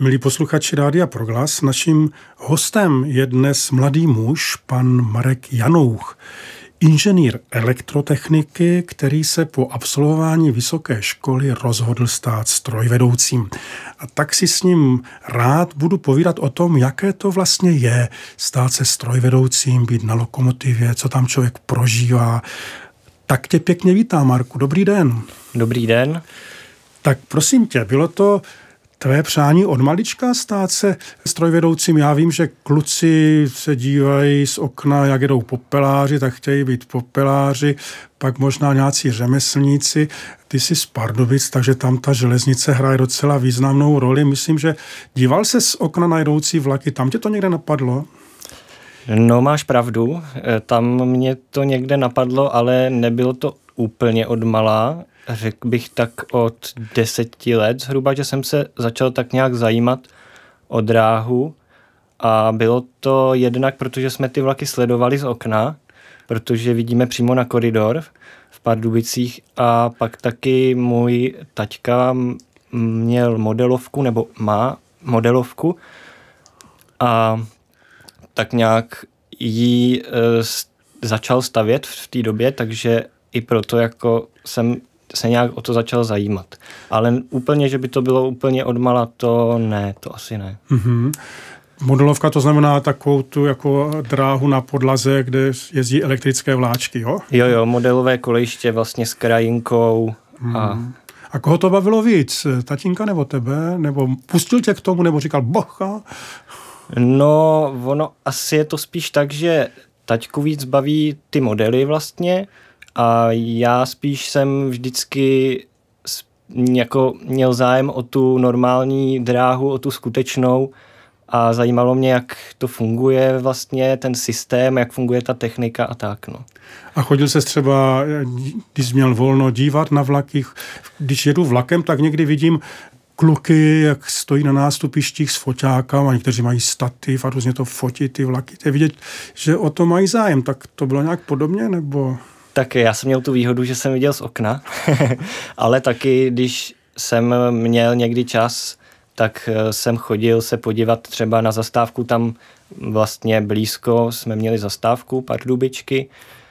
Milí posluchači Rádia Proglas, naším hostem je dnes mladý muž, pan Marek Janouch, inženýr elektrotechniky, který se po absolvování vysoké školy rozhodl stát strojvedoucím. A tak si s ním rád budu povídat o tom, jaké to vlastně je stát se strojvedoucím, být na lokomotivě, co tam člověk prožívá. Tak tě pěkně vítám, Marku. Dobrý den. Dobrý den. Tak prosím tě, bylo to tvé přání od malička stát se strojvedoucím? Já vím, že kluci se dívají z okna, jak jedou popeláři, tak chtějí být popeláři, pak možná nějací řemeslníci. Ty jsi z Pardubic, takže tam ta železnice hraje docela významnou roli. Myslím, že díval se z okna na jedoucí vlaky, tam tě to někde napadlo? No, máš pravdu, tam mě to někde napadlo, ale nebylo to úplně odmala. Řekl bych tak od 10 let zhruba, že jsem se začal tak nějak zajímat o dráhu a bylo to jednak, protože jsme ty vlaky sledovali z okna, protože vidíme přímo na koridor v Pardubicích a pak taky můj taťka měl modelovku nebo má modelovku a tak nějak ji začal stavět v té době, takže i proto jako jsem se nějak o to začal zajímat. Ale úplně, že by to bylo úplně odmala, to ne, to asi ne. Mm-hmm. Modelovka to znamená takovou tu jako dráhu na podlaze, kde jezdí elektrické vláčky, jo? Jo, modelové kolejiště vlastně s krajinkou. A koho to bavilo víc? Tatínka nebo tebe? Nebo pustil tě k tomu, nebo říkal boha? No, ono asi je to spíš tak, že taťku víc baví ty modely vlastně a já spíš jsem vždycky jako měl zájem o tu normální dráhu, o tu skutečnou a zajímalo mě, jak to funguje vlastně, ten systém, jak funguje ta technika a tak, no. A chodil ses třeba, když jsi měl volno, dívat na vlaky? Když jedu vlakem, tak někdy vidím kluky, jak stojí na nástupištích s foťákama, někteří mají stativ a různě to fotí ty vlaky. Je vidět, že o to mají zájem. Tak to bylo nějak podobně, nebo? Tak já jsem měl tu výhodu, že jsem viděl z okna, ale taky, když jsem měl někdy čas, tak jsem chodil se podívat třeba na zastávku, tam vlastně blízko jsme měli zastávku Pardubičky,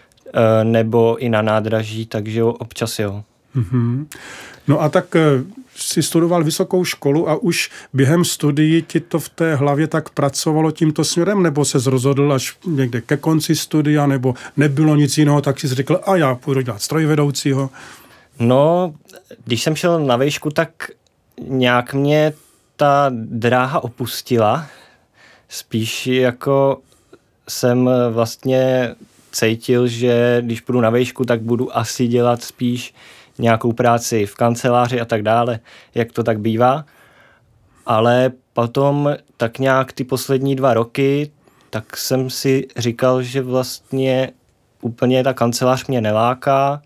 nebo i na nádraží, takže občas jo. Mm-hmm. No a tak jsi studoval vysokou školu a už během studií ti to v té hlavě tak pracovalo tímto směrem, nebo se rozhodl až někde ke konci studia, nebo nebylo nic jiného, tak jsi řekl, a já půjdu dělat strojvedoucího? No, když jsem šel na výšku, tak nějak mě ta dráha opustila. Spíš jako jsem vlastně cítil, že když půjdu na výšku, tak budu asi dělat spíš nějakou práci v kanceláři a tak dále, jak to tak bývá. Ale potom tak nějak ty poslední 2 roky, tak jsem si říkal, že vlastně úplně ta kancelář mě neláká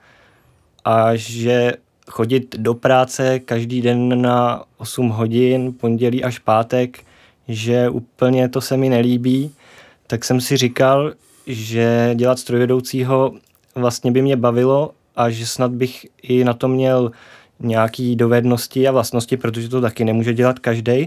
a že chodit do práce každý den na 8 hodin, pondělí až pátek, že úplně to se mi nelíbí, tak jsem si říkal, že dělat strojvedoucího vlastně by mě bavilo a že snad bych i na to měl nějaký dovednosti a vlastnosti, protože to taky nemůže dělat každej.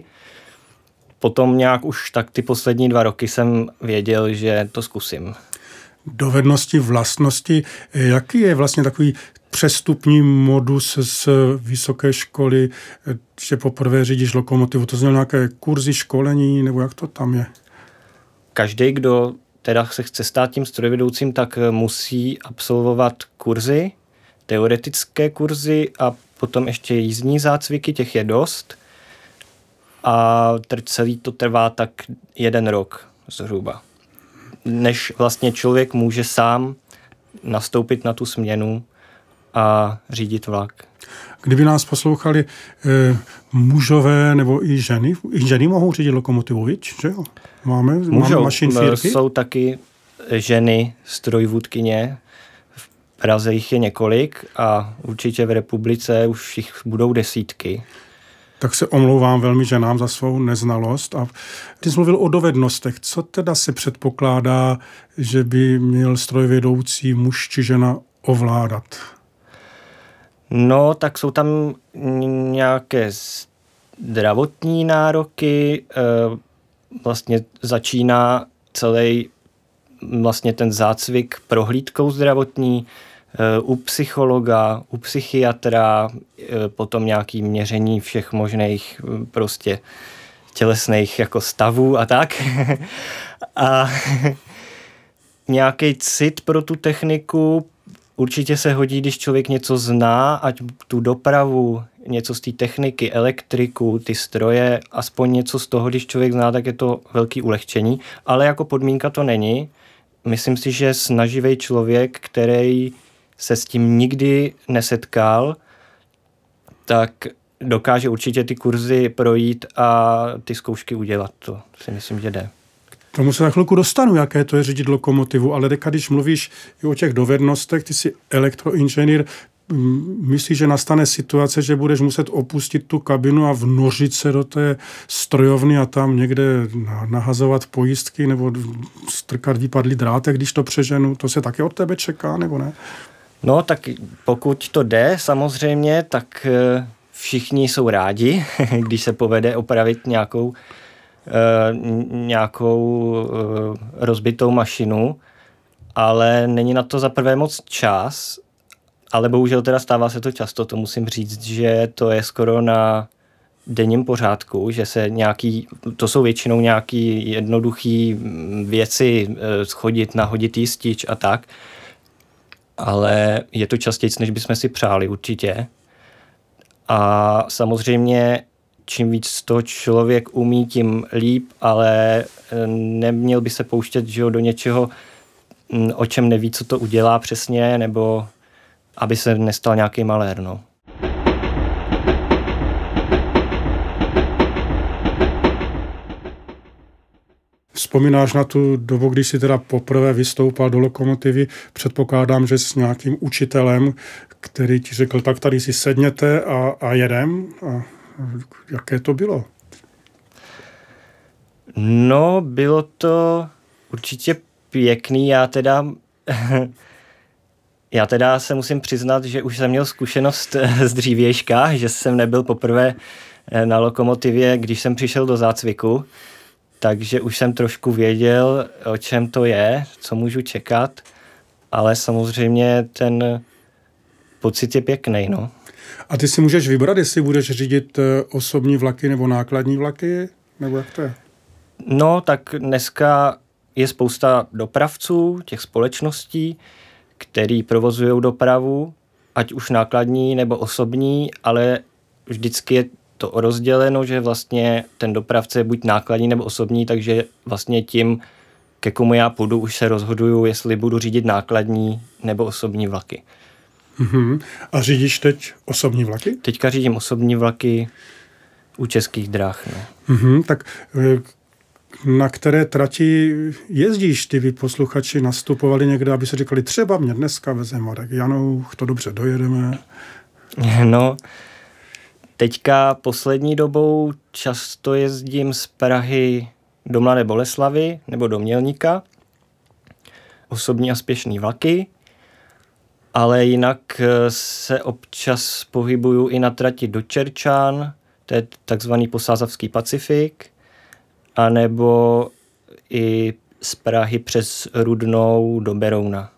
Potom nějak už tak ty poslední 2 roky jsem věděl, že to zkusím. Dovednosti, vlastnosti, jaký je vlastně takový přestupní modus z vysoké školy, že poprvé řídíš lokomotivu? To znamená nějaké kurzy, školení, nebo jak to tam je? Každý, kdo teda se chce stát tím strojvedoucím, tak musí absolvovat kurzy, teoretické kurzy a potom ještě jízdní zácviky, těch je dost. A celý to trvá tak 1 rok zhruba. Než vlastně člověk může sám nastoupit na tu směnu a řídit vlak. Kdyby nás poslouchali mužové nebo i ženy mohou řídit lokomotivu, viď? Že jo? Máme mašinfírky? Jsou taky ženy strojvůdkyně. V Praze jich je několik a určitě v republice už jich budou desítky. Tak se omlouvám velmi ženám za svou neznalost. A ty jsi mluvil o dovednostech. Co teda se předpokládá, že by měl strojvedoucí muž či žena ovládat? No, tak jsou tam nějaké zdravotní nároky, vlastně začíná celý vlastně ten zácvik prohlídkou zdravotní, u psychologa, u psychiatra, potom nějaké měření všech možných prostě tělesných jako stavů a tak. A nějaký cit pro tu techniku určitě se hodí, když člověk něco zná, ať tu dopravu, něco z té techniky, elektriku, ty stroje, aspoň něco z toho, když člověk zná, tak je to velký ulehčení, ale jako podmínka to není. Myslím si, že snaživý člověk, který se s tím nikdy nesetkal, tak dokáže určitě ty kurzy projít a ty zkoušky udělat. To si myslím, že jde. Tomu se za chvilku dostanu, jaké to je řídit lokomotivu, ale když mluvíš i o těch dovednostech, ty jsi elektroinženýr, myslíš, že nastane situace, že budeš muset opustit tu kabinu a vnořit se do té strojovny a tam někde nahazovat pojistky nebo strkat výpadlý drátek, když to přeženu? To se taky od tebe čeká, nebo ne? No, tak pokud to jde, samozřejmě, tak všichni jsou rádi, když se povede opravit nějakou rozbitou mašinu, ale není na to za prvé moc čas, ale bohužel teda stává se to často, to musím říct, že to je skoro na denním pořádku, že se to jsou většinou nějaký jednoduchý věci, schodit, nahodit jistič a tak, ale je to častěji, než bychom si přáli určitě. A samozřejmě čím víc to člověk umí, tím líp, ale neměl by se pouštět, že do něčeho, o čem neví, co to udělá přesně, nebo aby se nestal nějaký malér. No. Vzpomínáš na tu dobu, když jsi teda poprvé vystoupal do lokomotivy, předpokládám, že s nějakým učitelem, který ti řekl, tak tady si sedněte a jedem. A jaké to bylo? No, bylo to určitě pěkný. Já teda se musím přiznat, že už jsem měl zkušenost z dřívějška, že jsem nebyl poprvé na lokomotivě, když jsem přišel do zácviku, takže už jsem trošku věděl, o čem to je, co můžu čekat, ale samozřejmě ten pocit je pěkný, no. A ty si můžeš vybrat, jestli budeš řídit osobní vlaky nebo nákladní vlaky, nebo jak to je? No, tak dneska je spousta dopravců, těch společností, který provozují dopravu, ať už nákladní nebo osobní, ale vždycky je to rozděleno, že vlastně ten dopravce je buď nákladní nebo osobní, takže vlastně tím, ke komu já půjdu, už se rozhoduju, jestli budu řídit nákladní nebo osobní vlaky. Mm-hmm. A řídíš teď osobní vlaky? Teďka řídím osobní vlaky u Českých drah. No. Mm-hmm. Tak na které trati jezdíš? Ty posluchači nastupovali někde, aby se říkali, třeba mě dneska veze Marek Janouch, to dobře dojedeme. No, teďka poslední dobou často jezdím z Prahy do Mladé Boleslavi nebo do Mělníka. Osobní a spěšný vlaky. Ale jinak se občas pohybuju i na trati do Čerčan, to je takzvaný posázavský Pacifik, anebo i z Prahy přes Rudnou do Berouna.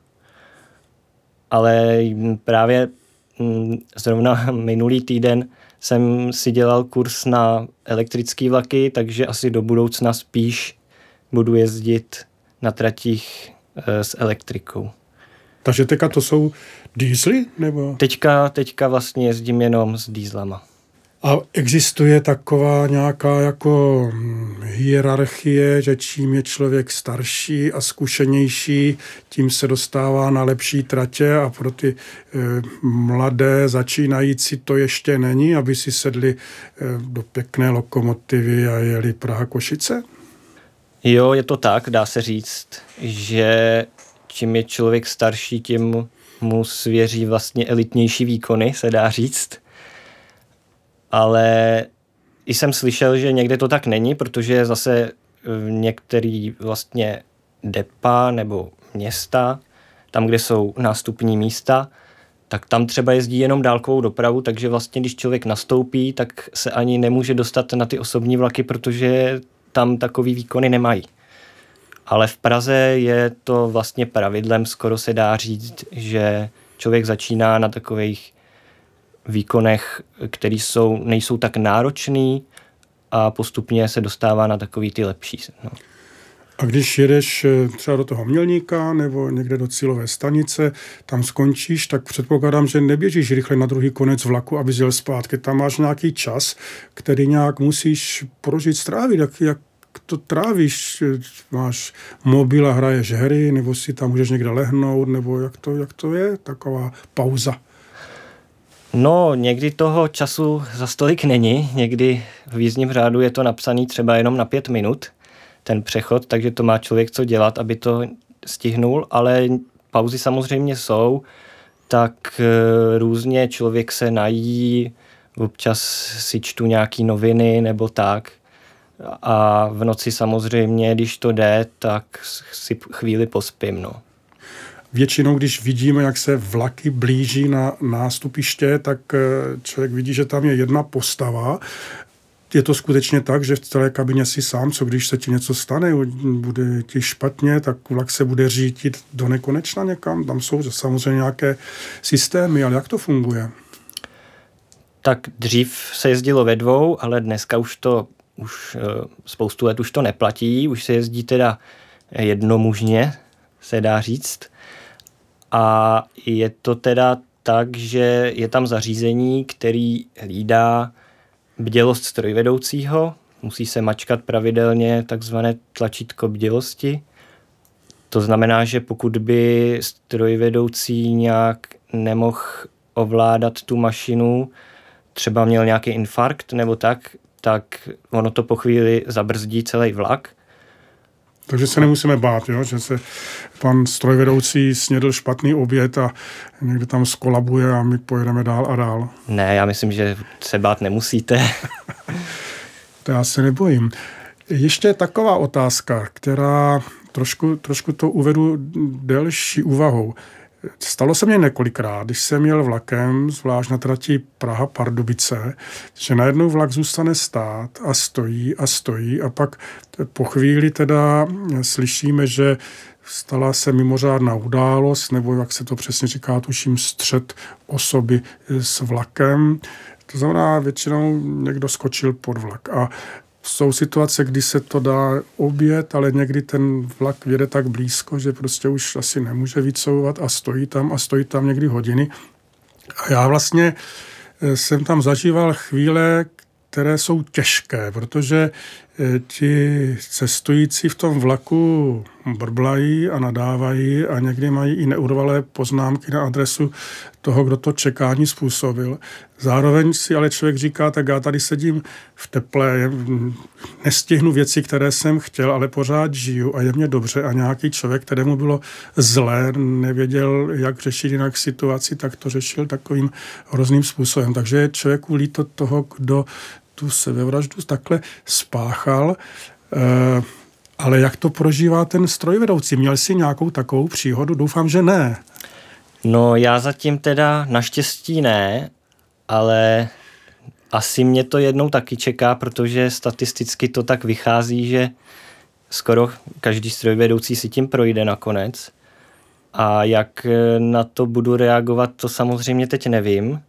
Ale právě zrovna minulý týden jsem si dělal kurz na elektrické vlaky, takže asi do budoucna spíš budu jezdit na tratích s elektrikou. Takže teďka to jsou diesely? Nebo? Teďka vlastně jezdím jenom s dieslama. A existuje taková nějaká jako hierarchie, že čím je člověk starší a zkušenější, tím se dostává na lepší tratě a pro ty mladé začínající to ještě není, aby si sedli do pěkné lokomotivy a jeli Praha-Košice? Jo, je to tak, dá se říct, že čím je člověk starší, tím mu svěří vlastně elitnější výkony, se dá říct. Ale i jsem slyšel, že někde to tak není, protože zase některý vlastně depa nebo města, tam, kde jsou nástupní místa, tak tam třeba jezdí jenom dálkovou dopravu, takže vlastně když člověk nastoupí, tak se ani nemůže dostat na ty osobní vlaky, protože tam takový výkony nemají. Ale v Praze je to vlastně pravidlem, skoro se dá říct, že člověk začíná na takových výkonech, které nejsou tak náročný a postupně se dostává na takový ty lepší. No. A když jedeš třeba do toho Mělníka nebo někde do cílové stanice, tam skončíš, tak předpokládám, že neběžíš rychle na druhý konec vlaku, aby jel zpátky. Tam máš nějaký čas, který nějak musíš prožít, strávit. Jak to trávíš? Máš mobil a hraješ hry, nebo si tam můžeš někde lehnout, nebo jak to je, taková pauza? No, někdy toho času za stolik není. Někdy v jízdním řádu je to napsaný třeba jenom na 5 minut, ten přechod, takže to má člověk co dělat, aby to stihnul, ale pauzy samozřejmě jsou, tak různě člověk se nají, občas si čtu nějaký noviny nebo tak. A v noci samozřejmě, když to jde, tak si chvíli pospím, no. Většinou, když vidíme, jak se vlaky blíží na nástupiště, tak člověk vidí, že tam je jedna postava. Je to skutečně tak, že v celé kabině si sám, co když se ti něco stane, bude ti špatně, tak vlak se bude řídit do nekonečna někam. Tam jsou samozřejmě nějaké systémy, ale jak to funguje? Tak dřív se jezdilo ve 2, ale dneska už spoustu let už to neplatí, už se jezdí teda jednomužně, se dá říct. A je to teda tak, že je tam zařízení, který hlídá bdělost strojvedoucího, musí se mačkat pravidelně takzvané tlačítko bdělosti. To znamená, že pokud by strojvedoucí nějak nemohl ovládat tu mašinu, třeba měl nějaký infarkt nebo tak ono to po chvíli zabrzdí celý vlak. Takže se nemusíme bát, jo? Že se pan strojvedoucí snědl špatný oběd a někde tam skolabuje a my pojedeme dál a dál. Ne, já myslím, že se bát nemusíte. To já se nebojím. Ještě taková otázka, která trošku to uvedu delší úvahou. Stalo se mně několikrát, když jsem jel vlakem, zvlášť na trati Praha-Pardubice, že najednou vlak zůstane stát a stojí a pak po chvíli teda slyšíme, že stala se mimořádná událost, nebo jak se to přesně říká, tuším střet osoby s vlakem. To znamená, většinou někdo skočil pod vlak. A jsou situace, kdy se to dá objet, ale někdy ten vlak jede tak blízko, že prostě už asi nemůže vycouvat a stojí tam někdy hodiny. A já vlastně jsem tam zažíval chvíle, které jsou těžké, protože ti cestující v tom vlaku brblají a nadávají a někdy mají i neurvalé poznámky na adresu toho, kdo to čekání způsobil. Zároveň si ale člověk říká, tak já tady sedím v teple, nestihnu věci, které jsem chtěl, ale pořád žiju a je mě dobře a nějaký člověk, kterému bylo zlé, nevěděl, jak řešit jinak situaci, tak to řešil takovým hrozným způsobem. Takže je člověku líto toho, kdo tu sebevraždu takhle spáchal. Ale jak to prožívá ten strojvedoucí? Měl jsi nějakou takovou příhodu? Doufám, že ne. No já zatím teda naštěstí ne, ale asi mě to jednou taky čeká, protože statisticky to tak vychází, že skoro každý strojvedoucí si tím projde nakonec. A jak na to budu reagovat, to samozřejmě teď nevím.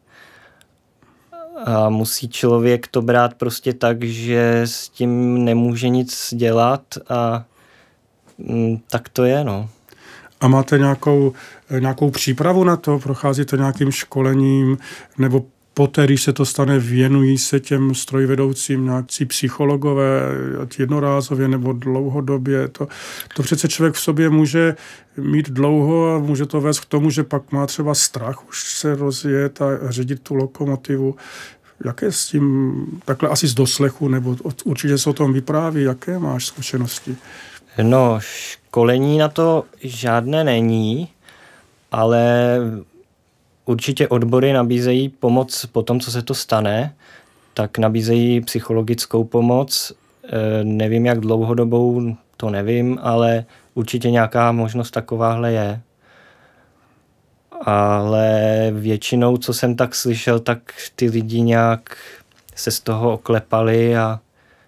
A musí člověk to brát prostě tak, že s tím nemůže nic dělat a tak to je, no. A máte nějakou přípravu na to? Procházíte nějakým školením? Nebo poté, když se to stane, věnují se těm strojvedoucím nějací psychologové, ať jednorázově nebo dlouhodobě? To přece člověk v sobě může mít dlouho a může to vést k tomu, že pak má třeba strach už se rozjet a řídit tu lokomotivu. Jaké s tím, takhle asi z doslechu, nebo určitě se o tom vypráví, jaké máš zkušenosti? No, školení na to žádné není, ale určitě odbory nabízejí pomoc po tom, co se to stane, tak nabízejí psychologickou pomoc. Nevím, jak dlouhodobou, to nevím, ale určitě nějaká možnost takováhle je. ale většinou, co jsem tak slyšel, tak ty lidi nějak se z toho oklepali a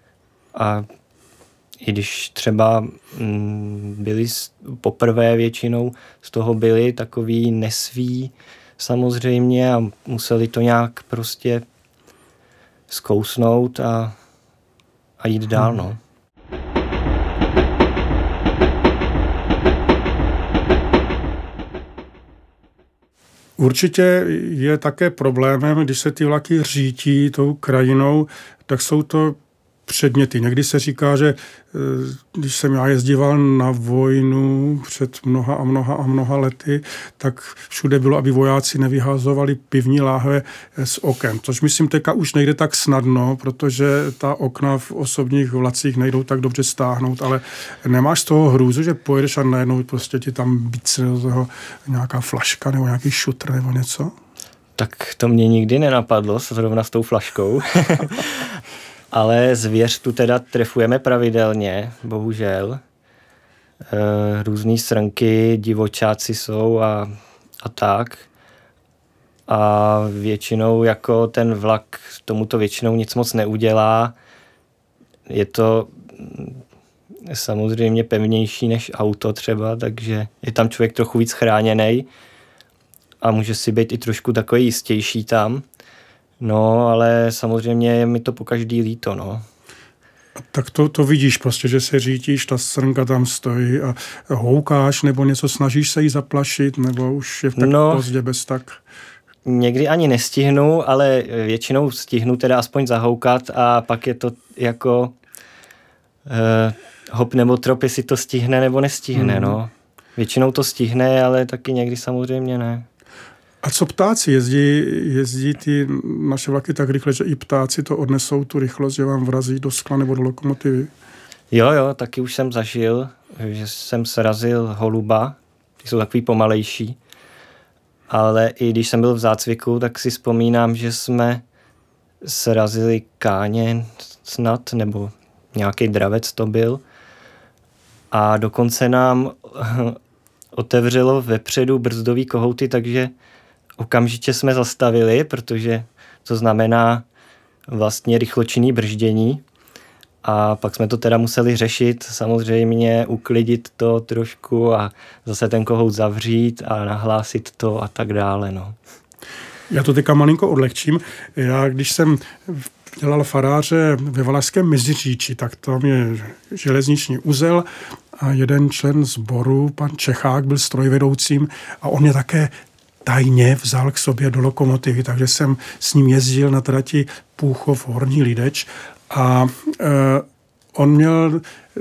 i když třeba byli poprvé většinou, z toho byli takový nesví samozřejmě a museli to nějak prostě zkousnout a jít dál, no. Určitě je také problémem, když se ty vlaky řítí tou krajinou, tak jsou to předměty. Někdy se říká, že když jsem já jezdíval na vojnu před mnoha lety, tak všude bylo, aby vojáci nevyházovali pivní láhve z oken. Což myslím, teďka už nejde tak snadno, protože ta okna v osobních vlacích nejdou tak dobře stáhnout, ale nemáš z toho hrůzu, že pojedeš a najednou prostě ti tam bícne do toho nějaká flaška nebo nějaký šutr nebo něco? Tak to mě nikdy nenapadlo, zrovna s tou flaškou. Ale zvěř tu teda trefujeme pravidelně, bohužel. Různý srnky, divočáci jsou a tak. A většinou jako ten vlak tomuto většinou nic moc neudělá. Je to samozřejmě pevnější než auto třeba, takže je tam člověk trochu víc chráněnej a může si být i trošku takový jistější tam. No, ale samozřejmě je mi to pokaždý líto, no. Tak to vidíš prostě, že se řítíš, ta srnka tam stojí a houkáš, nebo něco snažíš se jí zaplašit, nebo už je tak pozdě bez tak? Někdy ani nestihnu, ale většinou stihnu teda aspoň zahoukat a pak je to jako hop nebo trop, jestli to stihne nebo nestihne, no. Většinou to stihne, ale taky někdy samozřejmě ne. A co ptáci? Jezdí ty naše vlaky tak rychle, že i ptáci to odnesou tu rychlost, že vám vrazí do skla nebo do lokomotivy? Jo, taky už jsem zažil, že jsem srazil holuba, ty jsou takový pomalejší, ale i když jsem byl v zácviku, tak si vzpomínám, že jsme srazili káně snad, nebo nějaký dravec to byl a dokonce nám otevřelo vepředu brzdový kohouty, takže okamžitě jsme zastavili, protože to znamená vlastně rychločinný brždění a pak jsme to teda museli řešit, samozřejmě uklidit to trošku a zase ten kohout zavřít a nahlásit to a tak dále, no. Já to teďka malinko odlehčím. Já, když jsem dělal faráře ve Valašském Meziříčí, tak tam je železniční uzel a jeden člen sboru, pan Čechák, byl strojvedoucím a on je také tajně vzal k sobě do lokomotivy, takže jsem s ním jezdil na trati Půchov Horní Lideč a on měl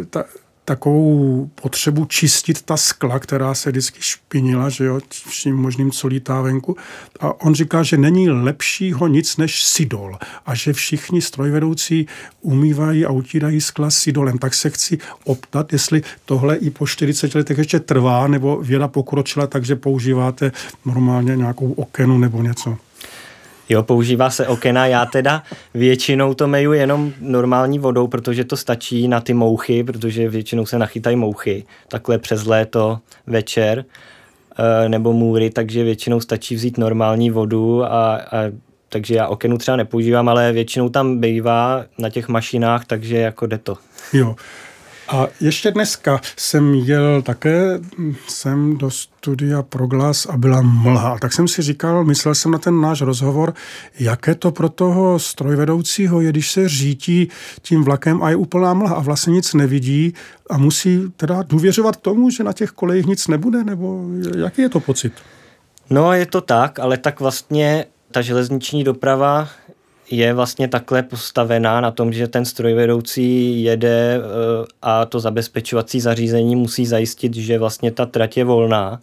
takovou potřebu čistit ta skla, která se vždycky špinila, že jo, vším možným, co lítá venku. A on říká, že není lepšího nic než sidol a že všichni strojvedoucí umývají a utírají skla sidolem. Tak se chci optat, jestli tohle i po 40 letech ještě trvá, nebo věda pokročila, takže používáte normálně nějakou okenu nebo něco. Jo, používá se okena, já teda většinou to meju jenom normální vodou, protože to stačí na ty mouchy, protože většinou se nachytají mouchy, takhle přes léto, večer, nebo můry, takže většinou stačí vzít normální vodu a takže já okenu třeba nepoužívám, ale většinou tam bývá na těch mašinách, takže jako jde to. Jo. A ještě dneska jsem jel také sem do studia Proglas a byla mlha. Tak jsem si říkal, myslel jsem na ten náš rozhovor, jaké to pro toho strojvedoucího je, když se řítí tím vlakem a je úplná mlha a vlastně nic nevidí a musí teda důvěřovat tomu, že na těch kolejích nic nebude, nebo jaký je to pocit? No, je to tak, ale tak vlastně ta železniční doprava je vlastně takhle postavená na tom, že ten strojvedoucí jede a to zabezpečovací zařízení musí zajistit, že vlastně ta trať je volná.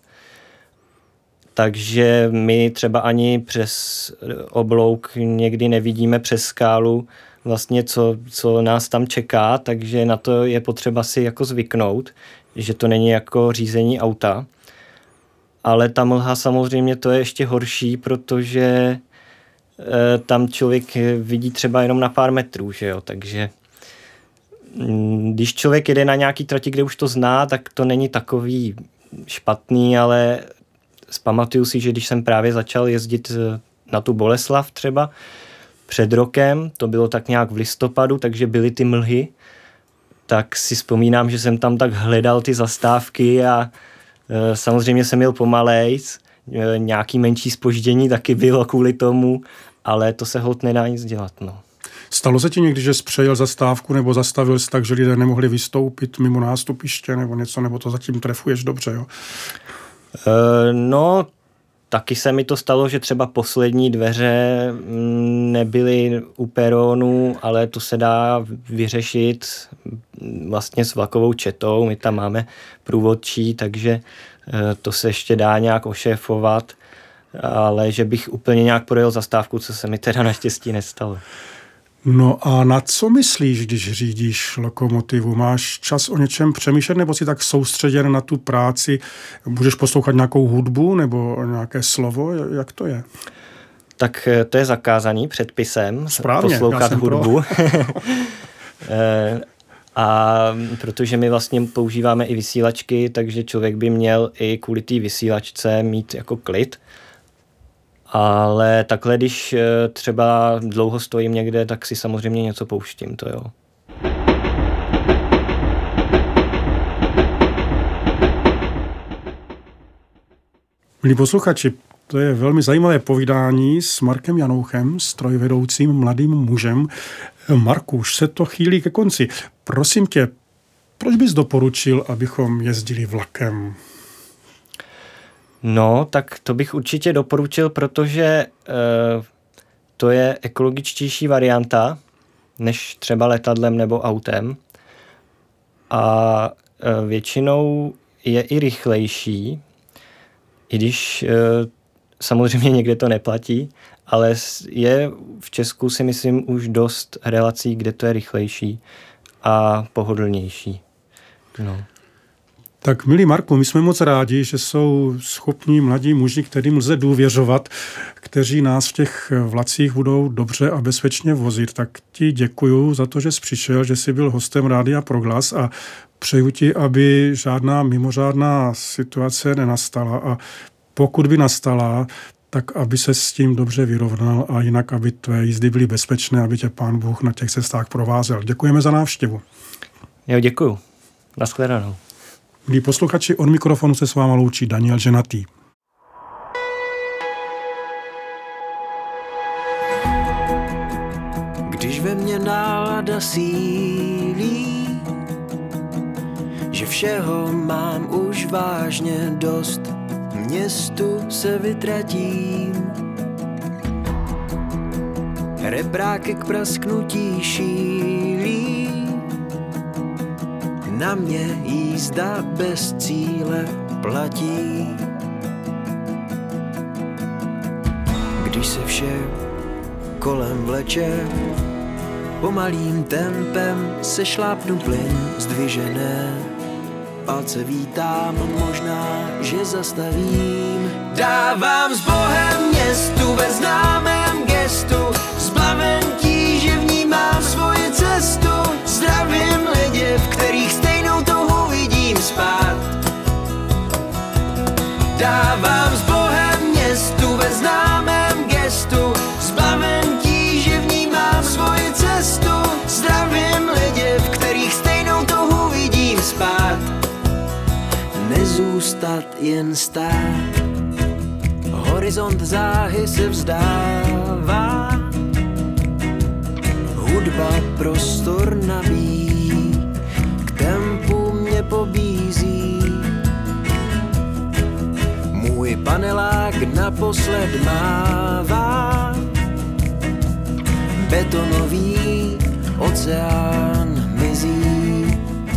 Takže my třeba ani přes oblouk někdy nevidíme přes skálu vlastně, co nás tam čeká, takže na to je potřeba si jako zvyknout, že to není jako řízení auta. Ale ta mlha samozřejmě to je ještě horší, protože tam člověk vidí třeba jenom na pár metrů, že jo, takže když člověk jede na nějaký trati, kde už to zná, tak to není takový špatný, ale Pamatuju si, že když jsem právě začal jezdit na tu Boleslav třeba před rokem, to bylo tak nějak v listopadu, takže byly ty mlhy, tak si vzpomínám, že jsem tam tak hledal ty zastávky a samozřejmě jsem jel pomalejc, nějaký menší zpoždění taky bylo kvůli tomu, ale to se holt nedá nic dělat, no. Stalo se ti někdy, že jsi přejel zastávku nebo zastavil jsi tak, že lidé nemohli vystoupit mimo nástupiště nebo něco, nebo to zatím trefuješ dobře, jo? No, taky se mi to stalo, že třeba poslední dveře nebyly u peronu, ale to se dá vyřešit vlastně s vlakovou četou. My tam máme průvodčí, takže to se ještě dá nějak ošéfovat, ale že bych úplně nějak projel zastávku, co se mi teda naštěstí nestalo. No a na co myslíš, když řídíš lokomotivu? Máš čas o něčem přemýšlet, nebo si tak soustředěn na tu práci? Můžeš poslouchat nějakou hudbu nebo nějaké slovo? Jak to je? Tak to je zakázaný předpisem. Správně, poslouchat hudbu. A protože my vlastně používáme i vysílačky, takže člověk by měl i kvůli té vysílačce mít jako klid. Ale takhle, když třeba dlouho stojím někde, tak si samozřejmě něco pouštím, to jo. Milí posluchači, to je velmi zajímavé povídání s Markem Janouchem, strojvedoucím mladým mužem. Marku, už se to chýlí ke konci. Prosím tě, proč bys doporučil, abychom jezdili vlakem? No, tak to bych určitě doporučil, protože to je ekologičtější varianta, než třeba letadlem nebo autem. A většinou je i rychlejší, i když samozřejmě někde to neplatí, ale je v Česku si myslím už dost relací, kde to je rychlejší a pohodlnější. No. Tak milí Marku, my jsme moc rádi, že jsou schopní mladí muži, kterým lze důvěřovat, kteří nás v těch vlacích budou dobře a bezpečně vozit. Tak ti děkuju za to, že jsi přišel, že jsi byl hostem Rádia Proglas a přeju ti, aby žádná mimořádná situace nenastala a pokud by nastala, tak aby se s tím dobře vyrovnal a jinak, aby tvé jízdy byly bezpečné, aby tě Pán Bůh na těch cestách provázel. Děkujeme za návštěvu. Jo, děkuju. Nashledanou. Milí posluchači, od mikrofonu se s váma loučí Daniel Ženatý. Když ve mně nálada sílí, že všeho mám už vážně dost, městu se vytratím. Rebráky k prasknutí šílí, na mě jízda bez cíle platí. Když se vše kolem vleče, pomalým tempem se šlápnu plyn zdvižené. Palce vítám, možná, že zastavím. Dávám s Bohem městu ve známém gestu, zbaven tíže vnímám svoji cestu. Zdravím lidi, v kterých stejnou touhu vidím spát. Dávám s Bohem městu ve známém gestu, zbaven tíže vnímám svoji cestu. Zdravím lidi, v kterých stejnou touhu vidím spát. Nezůstat jen stát, horizont záhy se vzdává. Hudba prostor nabíjí, k tempu mě pobízí. Můj panelák naposled mává, betonový oceán mizí.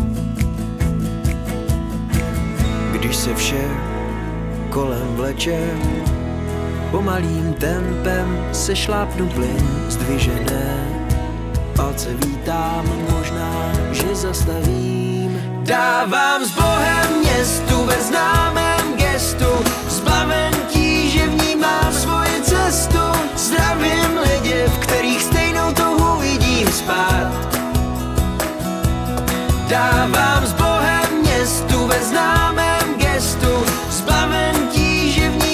Když se vše kolem vleče, pomalým tempem se šlápnu plyn zdvižené. Palce vítám, možná, že zastavím. Dávám s Bohem městu ve známém gestu, zbaven tíže vnímám svoji cestu. Zdravím lidi, v kterých stejnou touhu vidím spát. Dávám s Bohem městu ve známém gestu, zbaven tíže vnímám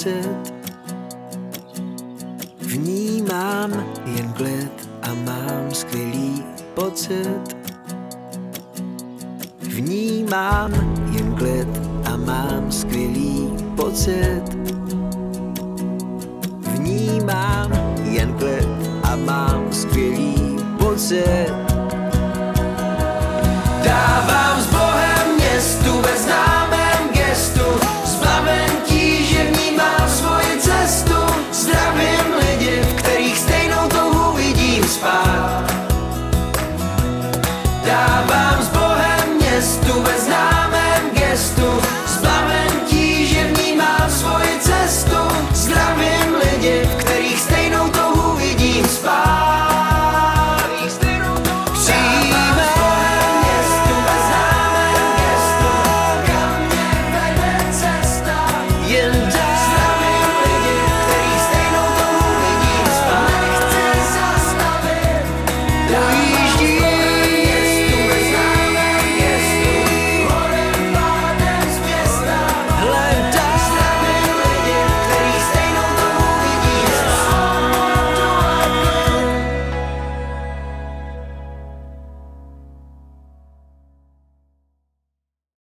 pocit. Vnímám jen klid a mám skvělý pocit. Vnímám jen klid a mám skvělý pocit. Vnímám jen klid a mám skvělý pocit.